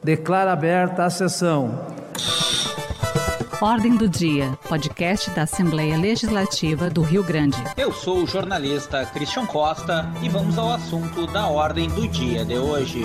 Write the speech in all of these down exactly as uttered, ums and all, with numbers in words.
Declaro aberta a sessão. Ordem do Dia, podcast da Assembleia Legislativa do Rio Grande. Eu sou o jornalista Christian Costa e vamos ao assunto da Ordem do Dia de hoje.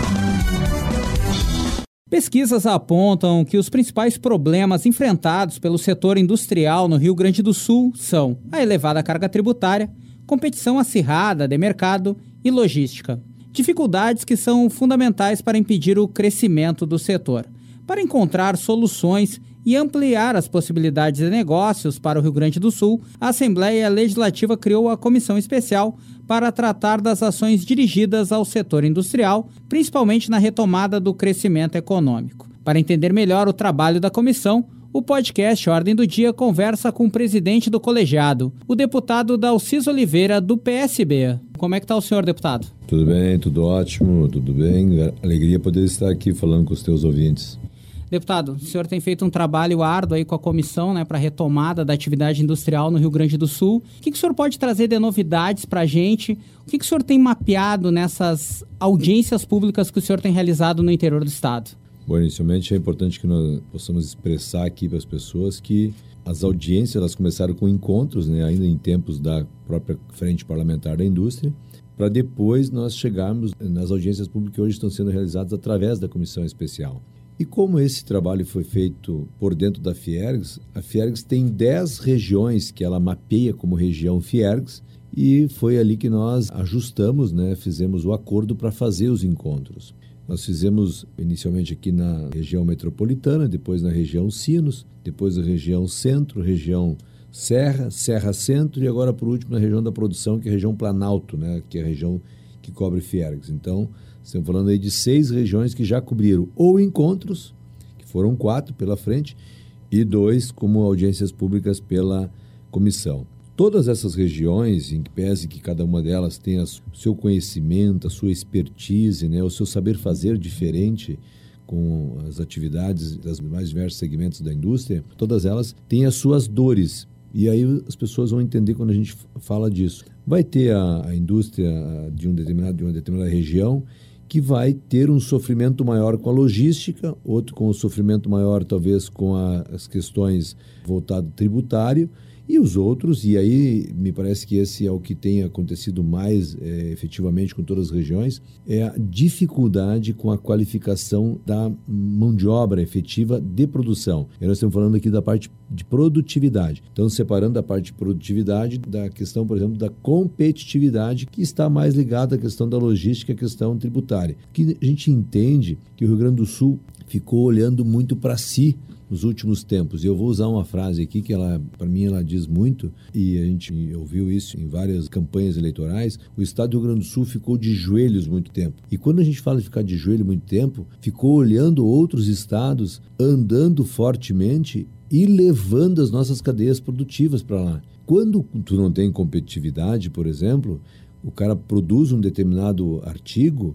Pesquisas apontam que os principais problemas enfrentados pelo setor industrial no Rio Grande do Sul são a elevada carga tributária, competição acirrada de mercado e logística. Dificuldades que são fundamentais para impedir o crescimento do setor. Para encontrar soluções e ampliar as possibilidades de negócios para o Rio Grande do Sul, a Assembleia Legislativa criou a Comissão Especial para tratar das ações dirigidas ao setor industrial, principalmente na retomada do crescimento econômico. Para entender melhor o trabalho da comissão, o podcast Ordem do Dia conversa com o presidente do colegiado, o deputado Dalciso Oliveira, do P S B. Como é que está o senhor, deputado? Tudo bem, tudo ótimo, tudo bem. Alegria poder estar aqui falando com os teus ouvintes. Deputado, o senhor tem feito um trabalho árduo aí com a comissão, né, para a retomada da atividade industrial no Rio Grande do Sul. O que, que o senhor pode trazer de novidades para a gente? O que, que o senhor tem mapeado nessas audiências públicas que o senhor tem realizado no interior do estado? Bom, inicialmente é importante que nós possamos expressar aqui para as pessoas que as audiências elas começaram com encontros, né, ainda em tempos da própria Frente Parlamentar da Indústria, para depois nós chegarmos nas audiências públicas que hoje estão sendo realizadas através da Comissão Especial. E como esse trabalho foi feito por dentro da Fiergs, a Fiergs tem dez regiões que ela mapeia como região Fiergs e foi ali que nós ajustamos, né, fizemos o acordo para fazer os encontros. Nós fizemos inicialmente aqui na região metropolitana, depois na região Sinos, depois na região Centro, região Serra, Serra Centro e agora por último na região da produção, que é a região Planalto, né, que é a região que cobre Fiergs. Então, estamos falando aí de seis regiões que já cobriram ou encontros, que foram quatro pela frente, e dois como audiências públicas pela comissão. Todas essas regiões, em que pese que cada uma delas tenha o seu conhecimento, a sua expertise, né, o seu saber fazer diferente com as atividades dos mais diversos segmentos da indústria, todas elas têm as suas dores. E aí as pessoas vão entender quando a gente fala disso. Vai ter a, a indústria de, um determinado, de uma determinada região que vai ter um sofrimento maior com a logística, outro com um sofrimento maior talvez com a, as questões voltado tributário, e os outros, e aí me parece que esse é o que tem acontecido mais é, efetivamente com todas as regiões, é a dificuldade com a qualificação da mão de obra efetiva de produção. E nós estamos falando aqui da parte de produtividade. Então, separando a parte de produtividade da questão, por exemplo, da competitividade, que está mais ligada à questão da logística, à questão tributária. Que a gente entende que o Rio Grande do Sul ficou olhando muito para si nos últimos tempos. E eu vou usar uma frase aqui que ela, para mim, ela diz muito, e a gente ouviu isso em várias campanhas eleitorais. O estado do Rio Grande do Sul ficou de joelhos muito tempo. E quando a gente fala de ficar de joelho muito tempo, ficou olhando outros estados, andando fortemente e levando as nossas cadeias produtivas para lá. Quando tu não tem competitividade, por exemplo, o cara produz um determinado artigo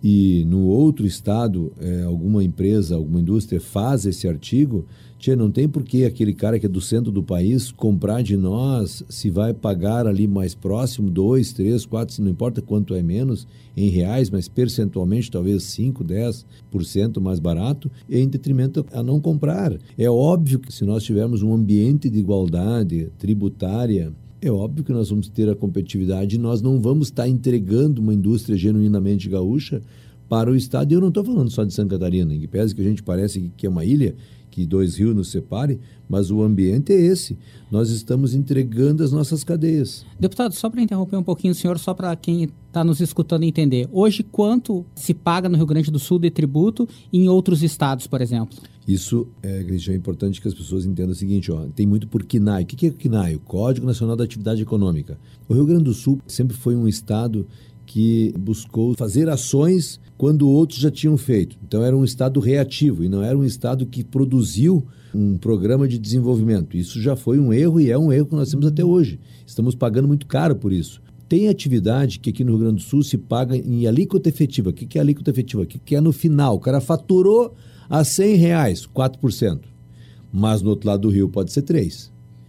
e no outro estado, é, alguma empresa, alguma indústria faz esse artigo, tia, não tem por que aquele cara que é do centro do país comprar de nós, se vai pagar ali mais próximo, dois, três, quatro, se não importa quanto é menos, em reais, mas percentualmente talvez cinco, dez por cento mais barato, em detrimento a não comprar. É óbvio que se nós tivermos um ambiente de igualdade tributária, é óbvio que nós vamos ter a competitividade e nós não vamos estar entregando uma indústria genuinamente gaúcha para o estado. E eu não estou falando só de Santa Catarina, em que pese que a gente parece que é uma ilha, que dois rios nos separem, mas o ambiente é esse. Nós estamos entregando as nossas cadeias. Deputado, só para interromper um pouquinho o senhor, só para quem está nos escutando entender. Hoje, quanto se paga no Rio Grande do Sul de tributo e em outros estados, por exemplo? Isso é, é importante que as pessoas entendam o seguinte, ó, tem muito por C N A I. O que é C N A I? O Código Nacional da Atividade Econômica. O Rio Grande do Sul sempre foi um estado que buscou fazer ações quando outros já tinham feito. Então era um estado reativo e não era um estado que produziu um programa de desenvolvimento. Isso já foi um erro e é um erro que nós temos até hoje. Estamos pagando muito caro por isso. Tem atividade que aqui no Rio Grande do Sul se paga em alíquota efetiva. O que é alíquota efetiva? O que é no final? O cara faturou a cem reais, quatro por cento. Mas no outro lado do rio pode ser três por cento.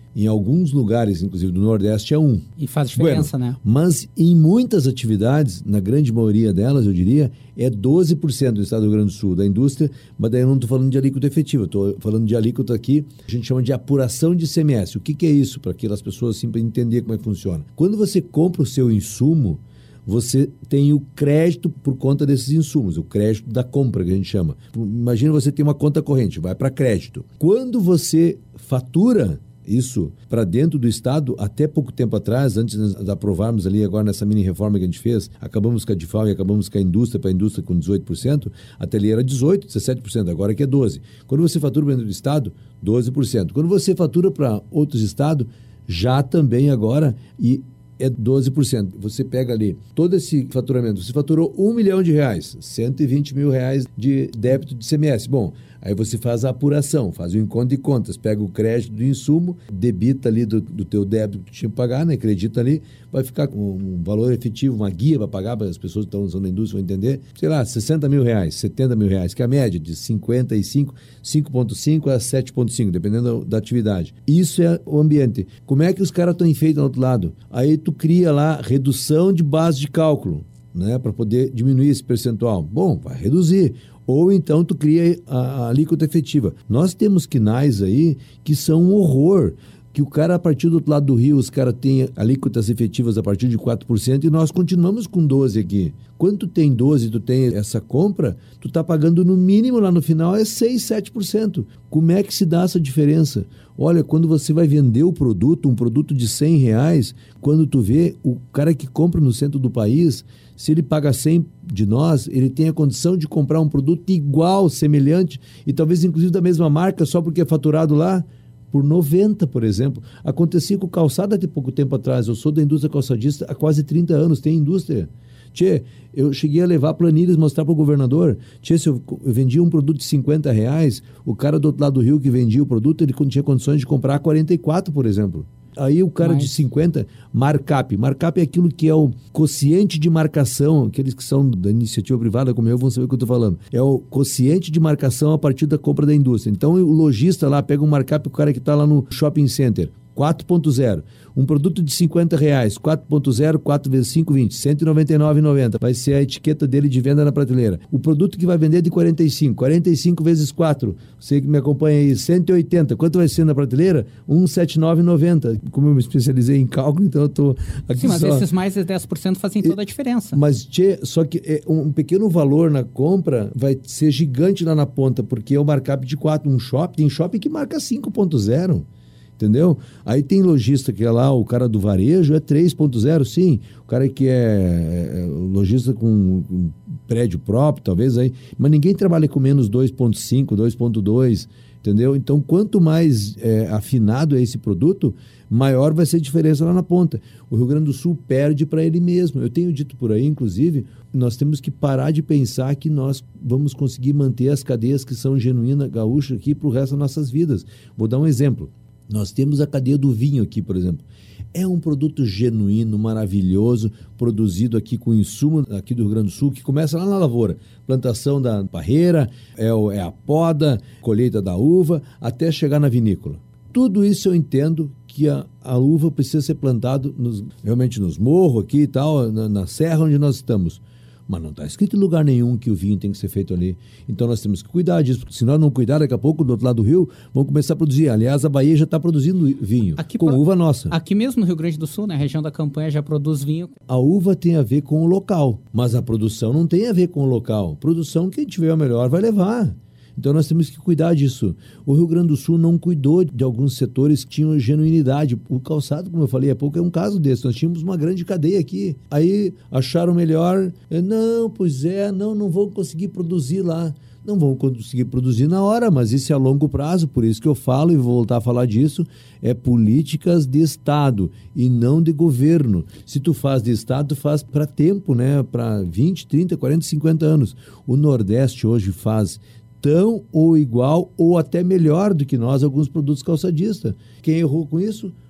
Em alguns lugares, inclusive do Nordeste, é um. E faz diferença, bueno, né? Mas em muitas atividades, na grande maioria delas, eu diria, é doze por cento do estado do Rio Grande do Sul, da indústria, mas daí eu não estou falando de alíquota efetiva, estou falando de alíquota aqui, a gente chama de apuração de I C M S. O que, que é isso? Para aquelas pessoas, assim, para entender como é que funciona. Quando você compra o seu insumo, você tem o crédito por conta desses insumos, o crédito da compra, que a gente chama. Imagina você tem uma conta corrente, vai para crédito. Quando você fatura isso para dentro do Estado, até pouco tempo atrás, antes de aprovarmos ali agora nessa mini reforma que a gente fez, acabamos com a D I F A M e acabamos com a indústria, para a indústria com dezoito por cento, até ali era dezoito por cento, dezessete por cento, agora que é doze por cento. Quando você fatura para dentro do Estado, doze por cento. Quando você fatura para outros estados, já também agora, e é doze por cento. Você pega ali todo esse faturamento, você faturou um milhão de reais, cento e vinte mil reais de débito de I C M S. Bom, aí você faz a apuração, faz o encontro de contas, pega o crédito do insumo, debita ali do, do teu débito que tinha que pagar, né? Acredita ali, vai ficar com um valor efetivo, uma guia para pagar, para as pessoas que estão usando a indústria vão entender, sei lá, sessenta mil reais, setenta mil reais, que é a média de cinquenta e cinco, cinco vírgula cinco a sete vírgula cinco, dependendo da atividade. Isso é o ambiente. Como é que os caras estão enfeitos do outro lado? Aí tu cria lá redução de base de cálculo, né? Para poder diminuir esse percentual. Bom, vai reduzir. Ou então tu cria a, a alíquota efetiva. Nós temos quinais aí que são um horror, que o cara a partir do outro lado do rio, os caras têm alíquotas efetivas a partir de quatro por cento e nós continuamos com doze por cento aqui. Quando tu tem doze por cento, tu tem essa compra, tu tá pagando no mínimo lá no final é seis, sete por cento. Como é que se dá essa diferença? Olha, quando você vai vender o produto, um produto de cem reais, quando tu vê o cara que compra no centro do país, se ele paga cem de nós, ele tem a condição de comprar um produto igual, semelhante, e talvez inclusive da mesma marca, só porque é faturado lá, por noventa, por exemplo. Acontecia com calçado até pouco tempo atrás. Eu sou da indústria calçadista há quase trinta anos, tem indústria. Tchê, eu cheguei a levar planilhas, mostrar para o governador. Tchê, se eu, eu vendia um produto de cinquenta reais, o cara do outro lado do rio que vendia o produto, ele tinha condições de comprar a quarenta e quatro, por exemplo. Aí o cara Mas... de cinquenta, markup. Markup é aquilo que é o quociente de marcação, aqueles que são da iniciativa privada, como eu, vão saber o que eu estou falando. É o quociente de marcação a partir da compra da indústria. Então o lojista lá pega um markup, o cara que está lá no shopping center, quatro ponto zero. Um produto de cinquenta reais, quatro ponto zero, quatro vezes cinco, vinte, cento e noventa e nove reais e noventa centavos. Vai ser a etiqueta dele de venda na prateleira. O produto que vai vender é de quarenta e cinco, quarenta e cinco vezes quatro, você que me acompanha aí, cento e oitenta. Quanto vai ser na prateleira? cento e setenta e nove reais e noventa centavos. Como eu me especializei em cálculo, então eu estou aqui. Sim, mas só... esses mais de dez por cento fazem toda a diferença. Mas, tchê, só que é um pequeno valor na compra vai ser gigante lá na ponta, porque é o markup de quatro. Um shopping, tem shopping que marca cinco ponto zero. Entendeu? Aí tem lojista que é lá, o cara do varejo é três ponto zero, sim. O cara que é, é lojista com um prédio próprio, talvez aí. Mas ninguém trabalha com menos dois ponto cinco, dois ponto dois, entendeu? Então, quanto mais é, afinado é esse produto, maior vai ser a diferença lá na ponta. O Rio Grande do Sul perde para ele mesmo. Eu tenho dito por aí, inclusive, nós temos que parar de pensar que nós vamos conseguir manter as cadeias que são genuínas gaúchas aqui para o resto das nossas vidas. Vou dar um exemplo. Nós temos a cadeia do vinho aqui, por exemplo. É um produto genuíno, maravilhoso, produzido aqui com insumo aqui do Rio Grande do Sul, que começa lá na lavoura. Plantação da parreira, é, o, é a poda, colheita da uva, até chegar na vinícola. Tudo isso eu entendo que a, a uva precisa ser plantada nos, realmente nos morros aqui e tal, na, na serra onde nós estamos. Mas não está escrito em lugar nenhum que o vinho tem que ser feito ali. Então nós temos que cuidar disso, porque se nós não cuidar, daqui a pouco, do outro lado do rio, vão começar a produzir. Aliás, a Bahia já está produzindo vinho, aqui com pro... uva nossa. Aqui mesmo no Rio Grande do Sul, na região da Campanha, já produz vinho. A uva tem a ver com o local, mas a produção não tem a ver com o local. Produção, quem tiver o melhor vai levar. Então nós temos que cuidar disso. O Rio Grande do Sul não cuidou de alguns setores que tinham genuinidade. O calçado, como eu falei há pouco, é um caso desse. Nós tínhamos uma grande cadeia aqui. Aí acharam melhor, não, pois é, não, não vão conseguir produzir lá. Não vão conseguir produzir na hora, mas isso é a longo prazo, por isso que eu falo e vou voltar a falar disso, é políticas de Estado e não de governo. Se tu faz de Estado, tu faz para tempo, né? Para vinte, trinta, quarenta, cinquenta anos. O Nordeste hoje faz tão ou igual ou até melhor do que nós alguns produtos calçadistas. Quem errou com isso?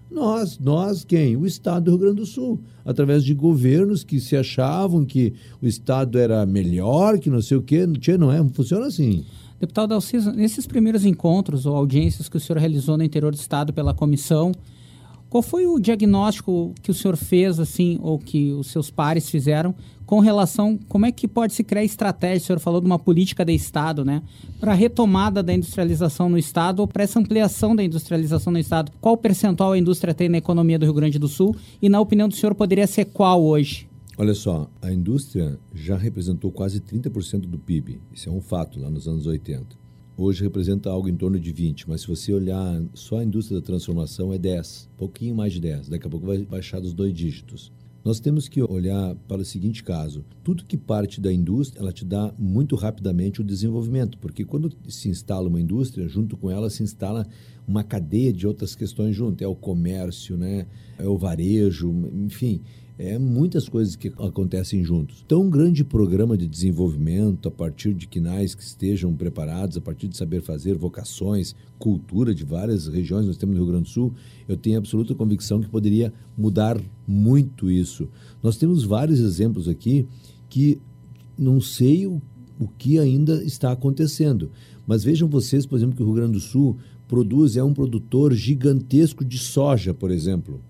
Nós, nós quem? O Estado do Rio Grande do Sul, através de governos que se achavam que o Estado era melhor, que não sei o quê. Não é, não funciona assim. Deputado Alciso, nesses primeiros encontros ou audiências que o senhor realizou no interior do Estado pela comissão, qual foi o diagnóstico que o senhor fez, assim, ou que os seus pares fizeram, com relação, como é que pode se criar estratégia, o senhor falou de uma política de Estado, né, para a retomada da industrialização no Estado ou para essa ampliação da industrialização no Estado? Qual percentual a indústria tem na economia do Rio Grande do Sul e, na opinião do senhor, poderia ser qual hoje? Olha só, a indústria já representou quase trinta por cento do P I B, isso é um fato lá nos anos oitenta. Hoje representa algo em torno de vinte por cento, mas se você olhar só a indústria da transformação é dez por cento, pouquinho mais de dez por cento, daqui a pouco vai baixar dos dois dígitos. Nós temos que olhar para o seguinte caso, tudo que parte da indústria, ela te dá muito rapidamente o desenvolvimento, porque quando se instala uma indústria, junto com ela se instala uma cadeia de outras questões junto, é o comércio, né? É o varejo, enfim, é muitas coisas que acontecem juntos. Então, um grande programa de desenvolvimento, a partir de quinais que estejam preparados, a partir de saber fazer, vocações, cultura de várias regiões, nós temos no Rio Grande do Sul, eu tenho absoluta convicção que poderia mudar muito isso. Nós temos vários exemplos aqui que não sei o, o que ainda está acontecendo, mas vejam vocês, por exemplo, que o Rio Grande do Sul produz, é um produtor gigantesco de soja, por exemplo,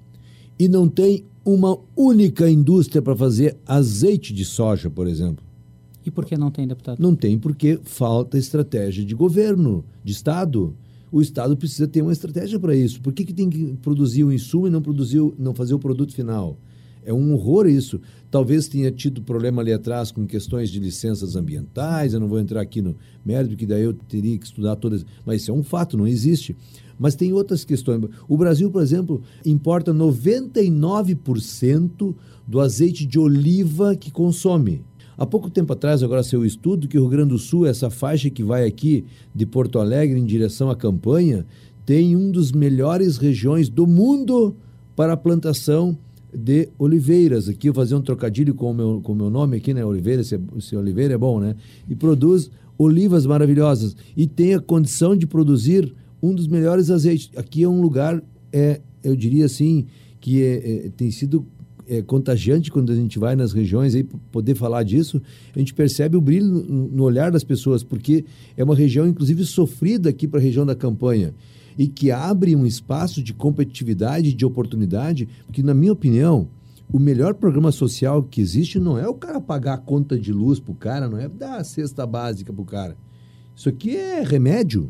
e não tem uma única indústria para fazer azeite de soja, por exemplo. E por que não tem, deputado? Não tem porque falta estratégia de governo, de Estado. O Estado precisa ter uma estratégia para isso. Por que, que tem que produzir o insumo e não, produzir, não fazer o produto final? É um horror isso. Talvez tenha tido problema ali atrás com questões de licenças ambientais, eu não vou entrar aqui no mérito, que daí eu teria que estudar todas, mas isso é um fato, não existe. Mas tem outras questões. O Brasil, por exemplo, importa noventa e nove por cento do azeite de oliva que consome. Há pouco tempo atrás, agora saiu o estudo, que o Rio Grande do Sul, essa faixa que vai aqui de Porto Alegre em direção à Campanha, tem um dos melhores regiões do mundo para a plantação de oliveiras. Aqui eu vou fazer um trocadilho com o meu, com o meu nome aqui, né? Oliveira, se, se Oliveira é bom, né? E produz olivas maravilhosas. E tem a condição de produzir um dos melhores azeites. Aqui é um lugar, é, eu diria assim, que é, é, tem sido é, contagiante quando a gente vai nas regiões, aí poder falar disso, a gente percebe o brilho no, no olhar das pessoas, porque é uma região, inclusive, sofrida aqui para a região da Campanha, e que abre um espaço de competitividade, de oportunidade, porque, na minha opinião, o melhor programa social que existe não é o cara pagar a conta de luz para o cara, não é dar a cesta básica para o cara. Isso aqui é remédio.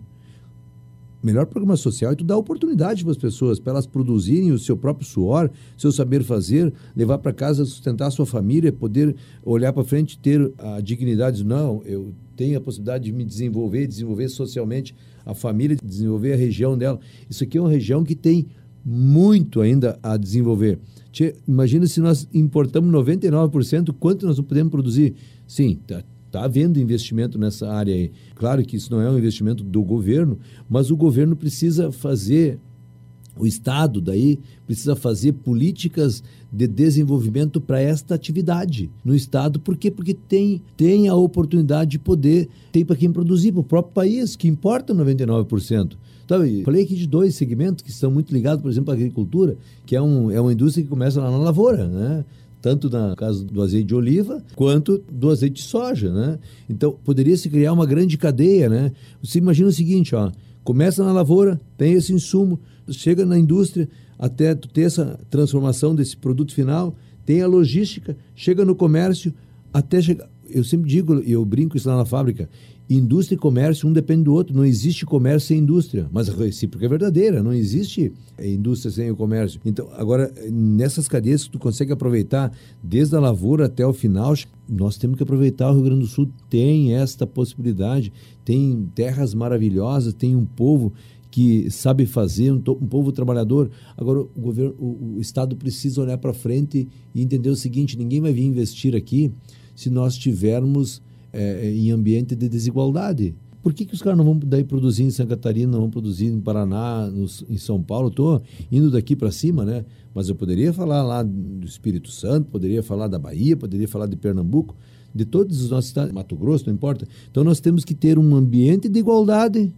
O melhor programa social é tu dar oportunidade para as pessoas, para elas produzirem o seu próprio suor, seu saber fazer, levar para casa, sustentar a sua família, poder olhar para frente, ter a dignidade. Não, eu tenho a possibilidade de me desenvolver, desenvolver socialmente a família, desenvolver a região dela. Isso aqui é uma região que tem muito ainda a desenvolver. Tchê, imagina se nós importamos noventa e nove por cento, quanto nós não podemos produzir? Sim, tá. Está havendo investimento nessa área aí. Claro que isso não é um investimento do governo, mas o governo precisa fazer, o Estado daí precisa fazer políticas de desenvolvimento para esta atividade no Estado. Por quê? Porque tem, tem a oportunidade de poder, tem para quem produzir, para o próprio país, que importa noventa e nove por cento. Então, eu falei aqui de dois segmentos que estão muito ligados, por exemplo, à agricultura, que é, um, é uma indústria que começa lá na lavoura, né? Tanto no caso do azeite de oliva, quanto do azeite de soja, né? Então, poderia se criar uma grande cadeia, né? Você imagina o seguinte, ó, começa na lavoura, tem esse insumo, chega na indústria, até tu ter essa transformação desse produto final, tem a logística, chega no comércio, até chegar... Eu sempre digo, eu brinco isso lá na fábrica, indústria e comércio, um depende do outro. Não existe comércio sem indústria. Mas a recíproca é verdadeira. Não existe indústria sem o comércio. Então, agora, nessas cadeias que tu consegue aproveitar desde a lavoura até o final, nós temos que aproveitar. O Rio Grande do Sul tem esta possibilidade. Tem terras maravilhosas, tem um povo que sabe fazer, um, um povo trabalhador. Agora, o governo, o, o Estado precisa olhar para frente e entender o seguinte: ninguém vai vir investir aqui se nós tivermos É, em ambiente de desigualdade. Por que, que os caras não vão daí produzir em Santa Catarina, não vão produzir em Paraná, no, em São Paulo? Estou indo daqui para cima, né? Mas eu poderia falar lá do Espírito Santo, poderia falar da Bahia, poderia falar de Pernambuco, de todos os nossos estados, Mato Grosso, não importa. Então nós temos que ter um ambiente de igualdade,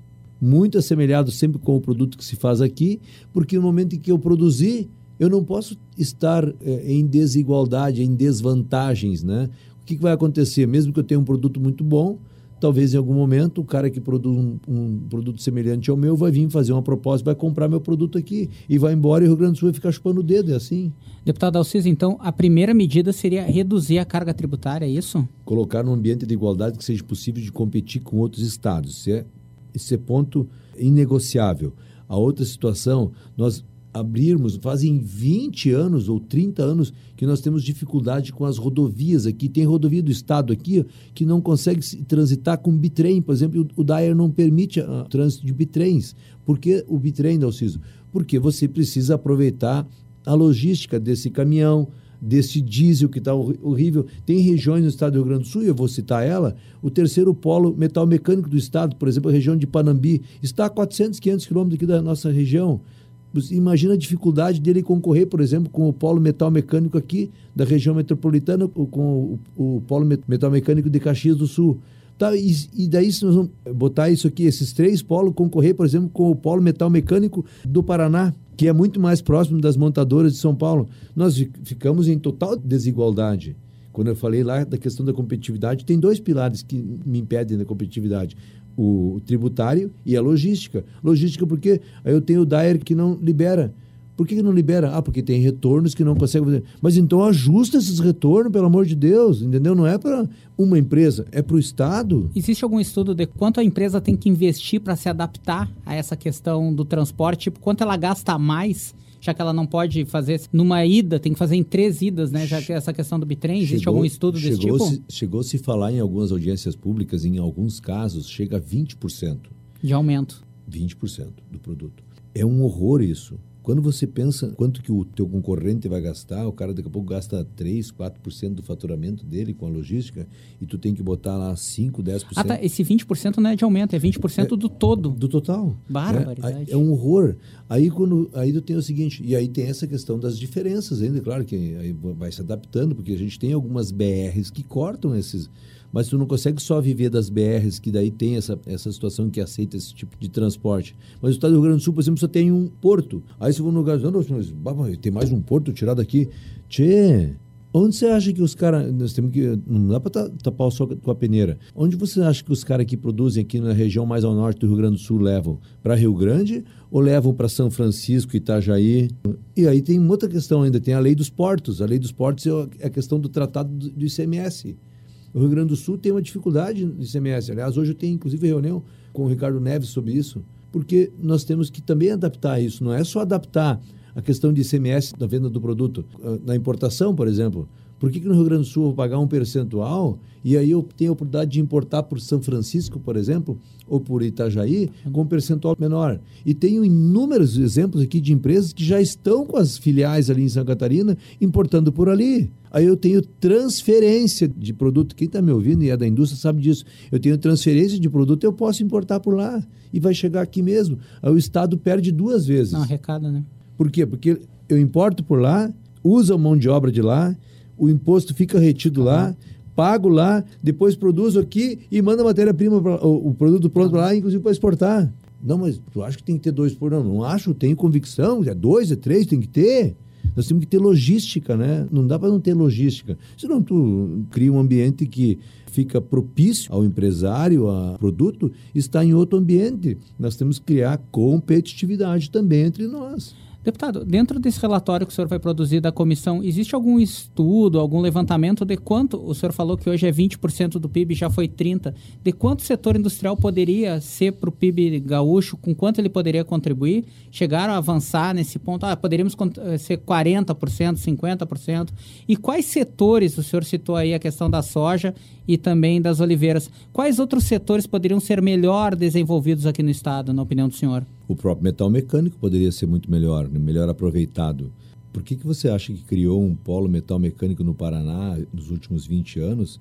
muito assemelhado sempre com o produto que se faz aqui, porque no momento em que eu produzir, eu não posso estar é, em desigualdade, em desvantagens, né? O que, que vai acontecer? Mesmo que eu tenha um produto muito bom, talvez em algum momento o cara que produz um, um produto semelhante ao meu vai vir fazer uma proposta, vai comprar meu produto aqui e vai embora e o Rio Grande do Sul vai ficar chupando o dedo, é assim. Deputado Alciso, então a primeira medida seria reduzir a carga tributária, é isso? Colocar num ambiente de igualdade que seja possível de competir com outros estados. Isso é, esse é ponto inegociável. A outra situação, nós abrirmos, fazem vinte anos ou trinta anos que nós temos dificuldade com as rodovias aqui. Tem rodovia do estado aqui que não consegue transitar com bitrem. Por exemplo, o D A E R não permite o trânsito de bitrens. Por que o bitrem, Dalciso? Porque você precisa aproveitar a logística desse caminhão, desse diesel que está horrível. Tem regiões no estado do Rio Grande do Sul, eu vou citar ela, o terceiro polo metal mecânico do estado, por exemplo, a região de Panambi, está a quatrocentos, quinhentos quilômetros aqui da nossa região. Imagina a dificuldade dele concorrer, por exemplo, com o polo metal mecânico aqui da região metropolitana, ou com o, o polo metal mecânico de Caxias do Sul. Tá, e, e daí, se nós vamos botar isso aqui, esses três polos, concorrer, por exemplo, com o polo metal mecânico do Paraná, que é muito mais próximo das montadoras de São Paulo, nós ficamos em total desigualdade. Quando eu falei lá da questão da competitividade, tem dois pilares que me impedem da competitividade. O tributário e a logística. Logística porque aí eu tenho o D A E R que não libera. Por que, que não libera? Ah, porque tem retornos que não conseguem fazer. Mas então ajusta esses retornos, pelo amor de Deus, entendeu? Não é para uma empresa, é para o Estado. Existe algum estudo de quanto a empresa tem que investir para se adaptar a essa questão do transporte? Tipo, quanto ela gasta a mais, já que ela não pode fazer numa ida, tem que fazer em três idas, né? Já que essa questão do bitrem, existe chegou, algum estudo desse tipo? Se, chegou-se a falar em algumas audiências públicas, em alguns casos, chega a vinte por cento. De aumento. vinte por cento do produto. É um horror isso. Quando você pensa quanto que o teu concorrente vai gastar, o cara daqui a pouco gasta três, quatro por cento do faturamento dele com a logística e tu tem que botar lá cinco, dez por cento. Ah, tá. Esse vinte por cento não é de aumento, é vinte por cento é, do todo. Do total. Barbaridade. É, é um horror. Aí, quando, aí tu tem o seguinte, e aí tem essa questão das diferenças ainda, claro que aí vai se adaptando, porque a gente tem algumas B Rs que cortam esses... Mas tu não consegue só viver das B Rs, que daí tem essa, essa situação que aceita esse tipo de transporte. Mas o estado do Rio Grande do Sul, por exemplo, só tem um porto. Aí se for no lugar, não, mas tem mais um porto tirado aqui. Tchê, onde você acha que os caras... Nós temos que... Não dá para tapar o sol com a peneira. Onde você acha que os caras que produzem aqui na região mais ao norte do Rio Grande do Sul levam? Para Rio Grande ou levam para São Francisco, Itajaí? E aí tem uma outra questão ainda, tem a lei dos portos. A lei dos portos é a questão do tratado do I C M S. O Rio Grande do Sul tem uma dificuldade no I C M S. Aliás, hoje eu tenho, inclusive, reunião com o Ricardo Neves sobre isso, porque nós temos que também adaptar isso. Não é só adaptar a questão de I C M S da venda do produto. Na importação, por exemplo, por que, que no Rio Grande do Sul eu vou pagar um percentual e aí eu tenho a oportunidade de importar por São Francisco, por exemplo, ou por Itajaí, com um percentual menor? E tenho inúmeros exemplos aqui de empresas que já estão com as filiais ali em Santa Catarina, importando por ali. Aí eu tenho transferência de produto. Quem está me ouvindo e é da indústria sabe disso. Eu tenho transferência de produto, eu posso importar por lá e vai chegar aqui mesmo. Aí o Estado perde duas vezes. Não, arrecada, né? Por quê? Porque eu importo por lá, uso a mão de obra de lá, o imposto fica retido uhum. lá, pago lá, depois produzo aqui e mando a matéria-prima, o, o produto pronto uhum. para lá, inclusive para exportar. Não, mas tu acha que tem que ter dois por ano? Não, não acho, tenho convicção, é dois, é três, tem que ter. Nós temos que ter logística, né? Não dá para não ter logística. Senão tu cria um ambiente que fica propício ao empresário, ao produto, está em outro ambiente. Nós temos que criar competitividade também entre nós. Deputado, dentro desse relatório que o senhor vai produzir da comissão, existe algum estudo, algum levantamento de quanto, o senhor falou que hoje é vinte por cento do P I B, já foi trinta por cento, de quanto o setor industrial poderia ser para o P I B gaúcho, com quanto ele poderia contribuir? Chegaram a avançar nesse ponto? Ah, poderíamos ser quarenta por cento, cinquenta por cento? E quais setores, o senhor citou aí a questão da soja e também das oliveiras, quais outros setores poderiam ser melhor desenvolvidos aqui no estado, na opinião do senhor? O próprio metal mecânico poderia ser muito melhor, melhor aproveitado. Por que, que você acha que criou um polo metal mecânico no Paraná nos últimos vinte anos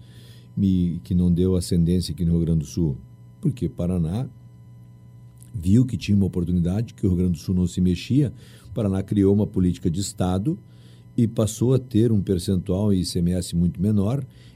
e que não deu ascendência aqui no Rio Grande do Sul? Porque Paraná viu que tinha uma oportunidade, que o Rio Grande do Sul não se mexia, o Paraná criou uma política de Estado e passou a ter um percentual I C M S muito menor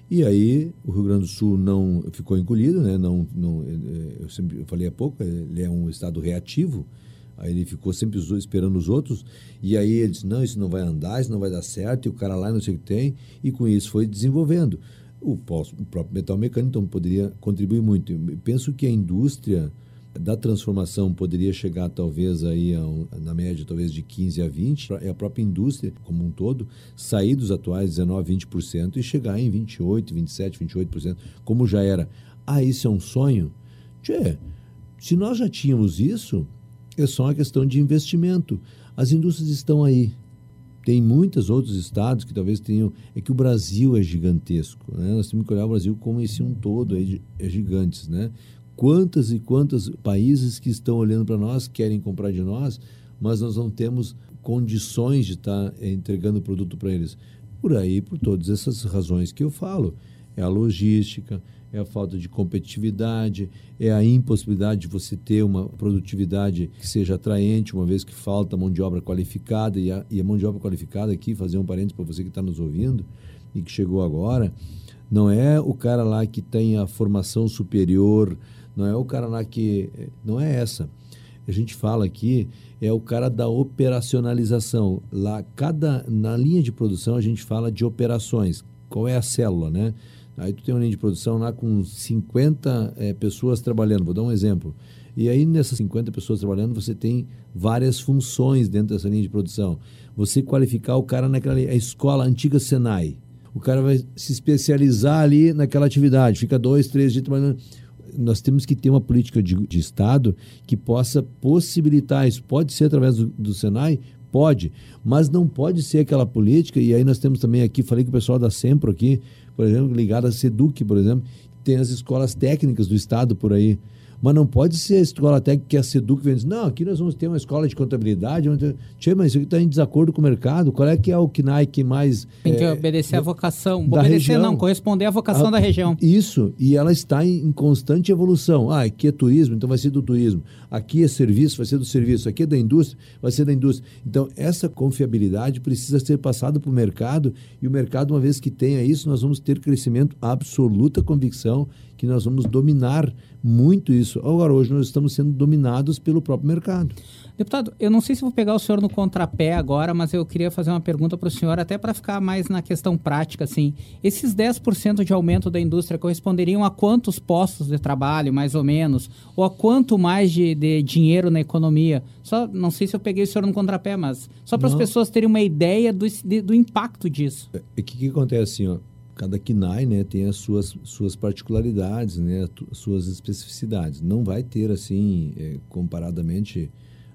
E aí o Rio Grande do Sul não ficou encolhido, né? Não, não, eu sempre eu falei há pouco, ele é um estado reativo, aí ele ficou sempre esperando os outros, e aí ele disse, não, isso não vai andar, isso não vai dar certo, e o cara lá não sei o que tem, e com isso foi desenvolvendo. O, o próprio metal mecânico então, poderia contribuir muito. Eu penso que a indústria da transformação poderia chegar talvez aí a um, na média talvez de quinze a vinte, e a própria indústria como um todo sair dos atuais dezenove, vinte por cento e chegar em vinte e oito, vinte e sete, vinte e oito por cento, como já era. Ah, isso é um sonho? Tchê, se nós já tínhamos isso, é só uma questão de investimento. As indústrias estão aí. Tem muitos outros estados que talvez tenham... É que o Brasil é gigantesco, né? Nós temos que olhar o Brasil como esse um todo, aí, é gigantes, né? Quantas e quantos países que estão olhando para nós, querem comprar de nós, mas nós não temos condições de estar entregando o produto para eles. Por aí, por todas essas razões que eu falo. É a logística, é a falta de competitividade, é a impossibilidade de você ter uma produtividade que seja atraente, uma vez que falta mão de obra qualificada, e a, e a mão de obra qualificada aqui, fazer um parênteses para você que está nos ouvindo e que chegou agora, não é o cara lá que tem a formação superior, não é o cara lá que... Não é essa. A gente fala aqui, é o cara da operacionalização. Lá, cada, na linha de produção, a gente fala de operações. Qual é a célula, né? Aí tu tem uma linha de produção lá com cinquenta é, pessoas trabalhando, vou dar um exemplo. E aí nessas cinquenta pessoas trabalhando, você tem várias funções dentro dessa linha de produção. Você qualificar o cara naquela a escola a antiga Senai. O cara vai se especializar ali naquela atividade, fica dois, três dias trabalhando. Nós temos que ter uma política de, de Estado que possa possibilitar isso. Pode ser através do, do Senai? Pode, mas não pode ser aquela política, e aí nós temos também aqui, falei com o pessoal da Sempro aqui, por exemplo, ligado à SEDUC, por exemplo, tem as escolas técnicas do Estado por aí. Mas não pode ser a escola técnica que a SEDUC vem dizer, não, aqui nós vamos ter uma escola de contabilidade. Ter... Tchê, mas isso aqui está em desacordo com o mercado. Qual é que é o C N A I que mais... Tem que é, obedecer da, à vocação. Da obedecer região. Não, corresponder à vocação a, da região. Isso, e ela está em, em constante evolução. Ah, aqui é turismo, então vai ser do turismo. Aqui é serviço, vai ser do serviço. Aqui é da indústria, vai ser da indústria. Então, essa confiabilidade precisa ser passada para o mercado, e o mercado, uma vez que tenha isso, nós vamos ter crescimento, absoluta convicção que nós vamos dominar muito isso. Agora, hoje nós estamos sendo dominados pelo próprio mercado. Deputado, eu não sei se vou pegar o senhor no contrapé agora, mas eu queria fazer uma pergunta para o senhor, até para ficar mais na questão prática, assim. Esses dez por cento de aumento da indústria corresponderiam a quantos postos de trabalho, mais ou menos? Ou a quanto mais de, de dinheiro na economia? Só, não sei se eu peguei o senhor no contrapé, mas só para as pessoas terem uma ideia do, de, do impacto disso. O é, que, que acontece assim, ó? Cada C N A I, né, tem as suas, suas particularidades, né, as suas especificidades. Não vai ter, assim, é, comparadamente,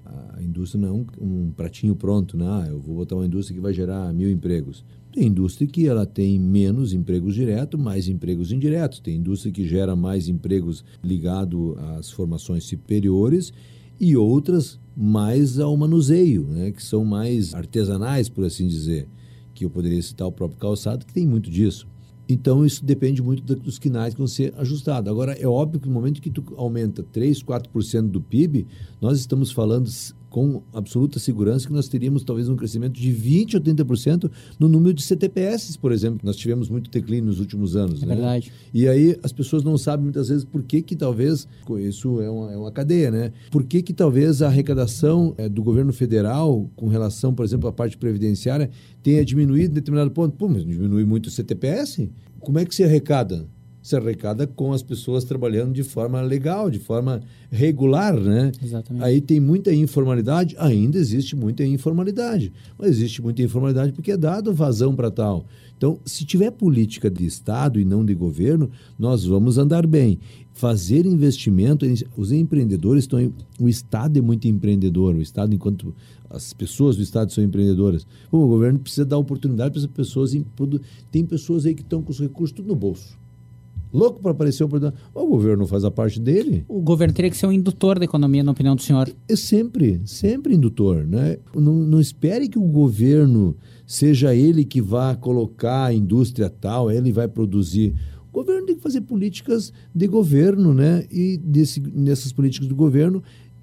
a indústria não é um, um pratinho pronto, né? Ah, eu vou botar uma indústria que vai gerar mil empregos. Tem indústria que ela tem menos empregos diretos, mais empregos indiretos. Tem indústria que gera mais empregos ligados às formações superiores e outras mais ao manuseio, né, que são mais artesanais, por assim dizer. Que eu poderia citar o próprio calçado, que tem muito disso. Então, isso depende muito dos C N A Is que vão ser ajustados. Agora, é óbvio que no momento que tu aumenta três, quatro por cento do P I B, nós estamos falando com absoluta segurança que nós teríamos talvez um crescimento de vinte, oitenta por cento no número de C T P S, por exemplo. Nós tivemos muito declínio nos últimos anos. É né? verdade. E aí as pessoas não sabem muitas vezes por que que talvez, isso é uma, é uma cadeia, né? Por que que talvez a arrecadação é, do governo federal com relação, por exemplo, à parte previdenciária tenha diminuído em determinado ponto. Pô, mas não diminui muito o C T P S? Como é que se arrecada? Se arrecada com as pessoas trabalhando de forma legal, de forma regular, né? Exatamente. Aí tem muita informalidade, ainda existe muita informalidade, mas existe muita informalidade porque é dado vazão para tal. Então, se tiver política de Estado e não de governo, nós vamos andar bem. Fazer investimento, os empreendedores estão... O Estado é muito empreendedor, o Estado, enquanto as pessoas do Estado são empreendedoras. O governo precisa dar oportunidade para essas pessoas. Em, tem pessoas aí que estão com os recursos tudo no bolso. Louco para aparecer o oportunidade. O governo faz a parte dele. O governo teria que ser um indutor da economia, na opinião do senhor. É sempre, sempre indutor, né? Não, não espere que o governo seja ele que vá colocar a indústria tal, ele vai produzir. O governo tem que fazer políticas de governo, né? E desse, nessas políticas do governo,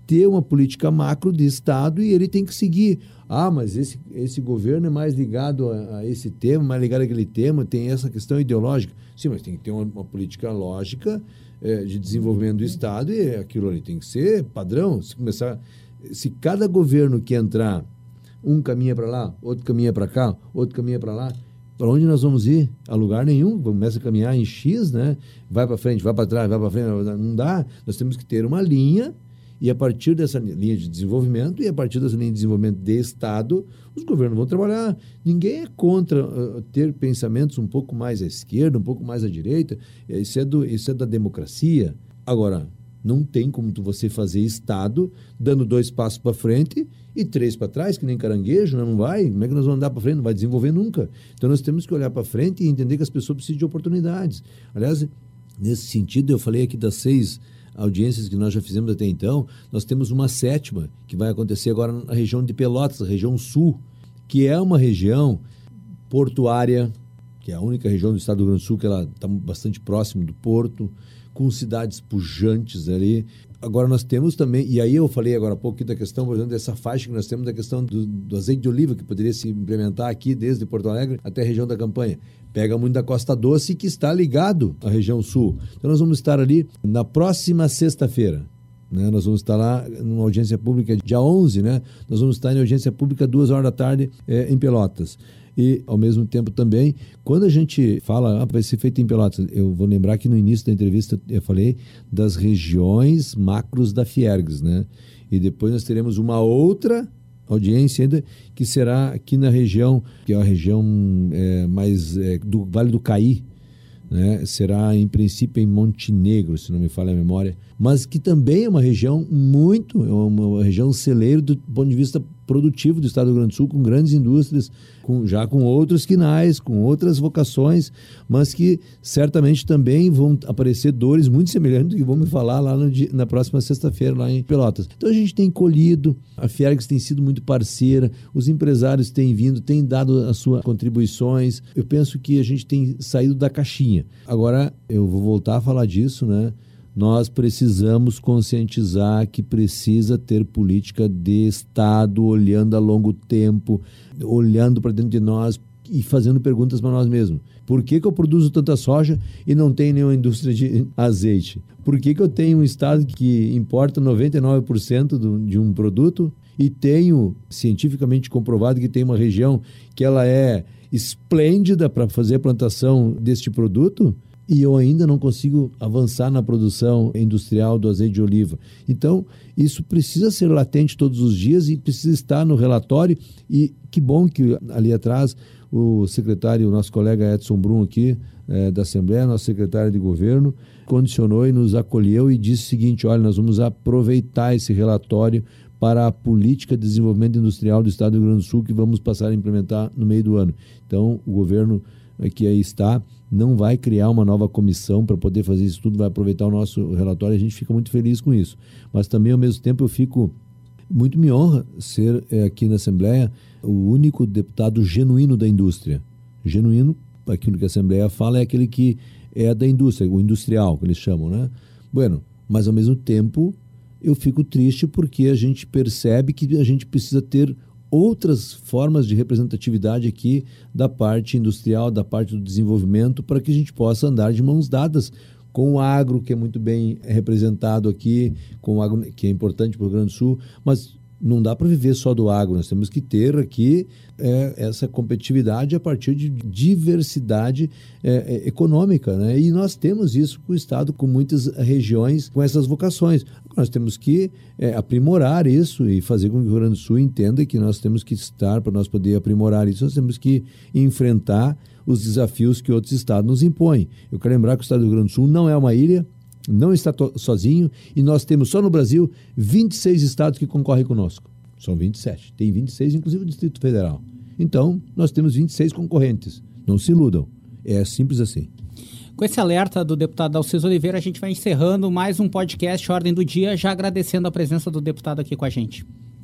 ter uma política macro de Estado e ele tem que seguir. Ah, mas esse, esse governo é mais ligado a, a esse tema, mais ligado àquele tema, tem essa questão ideológica. Sim, mas tem que ter uma, uma política lógica é, de desenvolvimento do Estado e aquilo ali tem que ser padrão. Se começar, se cada governo que entrar, um caminha para lá, outro caminha para cá, outro caminha para lá, para onde nós vamos ir? A lugar nenhum. Começa a caminhar em X, né? Vai para frente, vai para trás, vai para frente. Não dá. Nós temos que ter uma linha e a partir dessa linha de desenvolvimento e a partir dessa linha de desenvolvimento de Estado, os governos vão trabalhar. Ninguém é contra uh, ter pensamentos um pouco mais à esquerda, um pouco mais à direita. Isso é, do, isso é da democracia. Agora, não tem como tu você fazer Estado dando dois passos para frente e três para trás, que nem caranguejo, né? Não vai. Como é que nós vamos andar para frente? Não vai desenvolver nunca. Então, nós temos que olhar para frente e entender que as pessoas precisam de oportunidades. Aliás, nesse sentido, eu falei aqui das seis audiências que nós já fizemos até então, nós temos uma sétima, que vai acontecer agora na região de Pelotas, região sul, que é uma região portuária, que é a única região do estado do Rio Grande do Sul que ela está bastante próximo do porto, com cidades pujantes ali. Agora nós temos também, e aí eu falei agora há pouco da questão, por exemplo, dessa faixa que nós temos da questão do, do azeite de oliva, que poderia se implementar aqui desde Porto Alegre até a região da Campanha. Pega muito da Costa Doce, que está ligado à região sul. Então nós vamos estar ali na próxima sexta-feira. Né? Nós vamos estar lá numa audiência pública dia onze, né? Nós vamos estar em audiência pública duas horas da tarde é, em Pelotas. E, ao mesmo tempo também, quando a gente fala, ah, vai ser feito em Pelotas, eu vou lembrar que no início da entrevista eu falei das regiões macros da Fiergs, né? E depois nós teremos uma outra audiência ainda, que será aqui na região, que é a região é, mais é, do Vale do Caí, né? Será em princípio em Montenegro, se não me falha a memória, mas que também é uma região muito, é uma região celeiro do ponto de vista produtivo do estado do Rio Grande do Sul, com grandes indústrias, com, já com outros quinais, com outras vocações, mas que certamente também vão aparecer dores muito semelhantes que vão me falar lá no dia, na próxima sexta-feira, lá em Pelotas. Então a gente tem colhido, a Fiergs tem sido muito parceira, os empresários têm vindo, têm dado as suas contribuições. Eu penso que a gente tem saído da caixinha. Agora, eu vou voltar a falar disso, né? Nós precisamos conscientizar que precisa ter política de Estado olhando a longo tempo, olhando para dentro de nós e fazendo perguntas para nós mesmos. Por que que eu produzo tanta soja e não tenho nenhuma indústria de azeite? Por que que eu tenho um estado que importa noventa e nove por cento do, de um produto e tenho cientificamente comprovado que tem uma região que ela é esplêndida para fazer a plantação deste produto? E eu ainda não consigo avançar na produção industrial do azeite de oliva. Então, isso precisa ser latente todos os dias e precisa estar no relatório. E que bom que ali atrás o secretário, o nosso colega Edson Brum aqui, é, da Assembleia, nosso secretário de governo, condicionou e nos acolheu e disse o seguinte: olha, nós vamos aproveitar esse relatório para a política de desenvolvimento industrial do estado do Rio Grande do Sul, que vamos passar a implementar no meio do ano. Então, o governo que aí está não vai criar uma nova comissão para poder fazer isso tudo, vai aproveitar o nosso relatório, a gente fica muito feliz com isso. Mas também, ao mesmo tempo, eu fico muito me honra ser é, aqui na Assembleia o único deputado genuíno da indústria. Genuíno, aquilo que a Assembleia fala, é aquele que é da indústria, o industrial, que eles chamam, né? Bueno, mas ao mesmo tempo eu fico triste porque a gente percebe que a gente precisa ter outras formas de representatividade aqui da parte industrial, da parte do desenvolvimento, para que a gente possa andar de mãos dadas com o agro, que é muito bem representado aqui, com o agro, que é importante para o Rio Grande do Sul, mas não dá para viver só do agro, nós temos que ter aqui é, essa competitividade a partir de diversidade é, é, econômica, né? E nós temos isso com o Estado, com muitas regiões com essas vocações. Nós temos que é, aprimorar isso e fazer com que o Rio Grande do Sul entenda que nós temos que estar, para nós poder aprimorar isso, nós temos que enfrentar os desafios que outros estados nos impõem. Eu quero lembrar que o estado do Rio Grande do Sul não é uma ilha, não está sozinho, e nós temos só no Brasil vinte e seis estados que concorrem conosco. São vinte e sete. Tem vinte e seis, inclusive o Distrito Federal. Então, nós temos vinte e seis concorrentes. Não se iludam. É simples assim. Com esse alerta do deputado Alciso Oliveira, a gente vai encerrando mais um podcast Ordem do Dia, já agradecendo a presença do deputado aqui com a gente.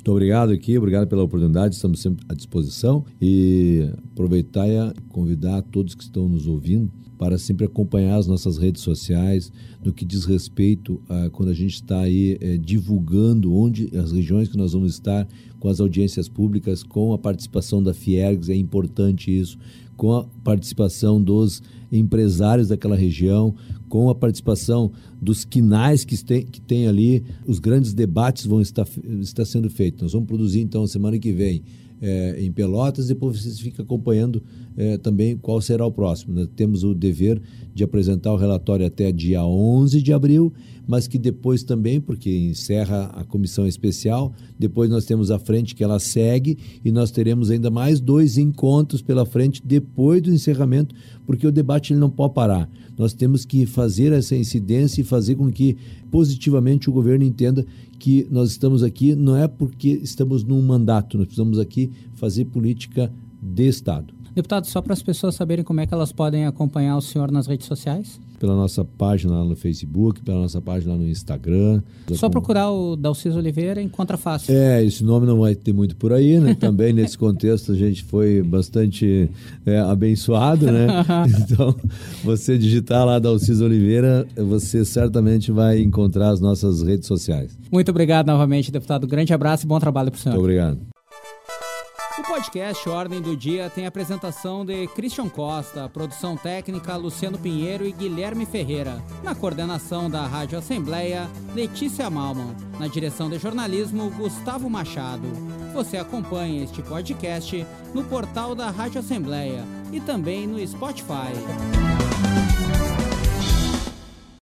Muito obrigado aqui, obrigado pela oportunidade, estamos sempre à disposição e aproveitar e convidar todos que estão nos ouvindo para sempre acompanhar as nossas redes sociais no que diz respeito a quando a gente está aí é, divulgando onde as regiões que nós vamos estar com as audiências públicas, com a participação da Fiergs, é importante isso, com a participação dos empresários daquela região, com a participação dos quinais que tem, que tem ali, os grandes debates vão estar, estar sendo feitos. Nós vamos produzir então semana que vem É, em Pelotas, depois vocês ficam acompanhando é, também qual será o próximo. Nós temos o dever de apresentar o relatório até dia onze de abril, mas que depois também, porque encerra a comissão especial, depois nós temos a frente que ela segue e nós teremos ainda mais dois encontros pela frente depois do encerramento, porque o debate ele não pode parar. Nós temos que fazer essa incidência e fazer com que positivamente o governo entenda que nós estamos aqui não é porque estamos num mandato, nós precisamos aqui fazer política de Estado. Deputado, só para as pessoas saberem como é que elas podem acompanhar o senhor nas redes sociais? Pela nossa página lá no Facebook, pela nossa página lá no Instagram. Só procurar o Dalciso Oliveira, encontra fácil. É, esse nome não vai ter muito por aí, né? Também nesse contexto a gente foi bastante é, abençoado, né? Então, você digitar lá Dalciso Oliveira, você certamente vai encontrar as nossas redes sociais. Muito obrigado novamente, deputado. Grande abraço e bom trabalho para o senhor. Muito obrigado. O podcast Ordem do Dia tem a apresentação de Christian Costa, produção técnica Luciano Pinheiro e Guilherme Ferreira. Na coordenação da Rádio Assembleia, Letícia Malman. Na direção de jornalismo, Gustavo Machado. Você acompanha este podcast no portal da Rádio Assembleia e também no Spotify.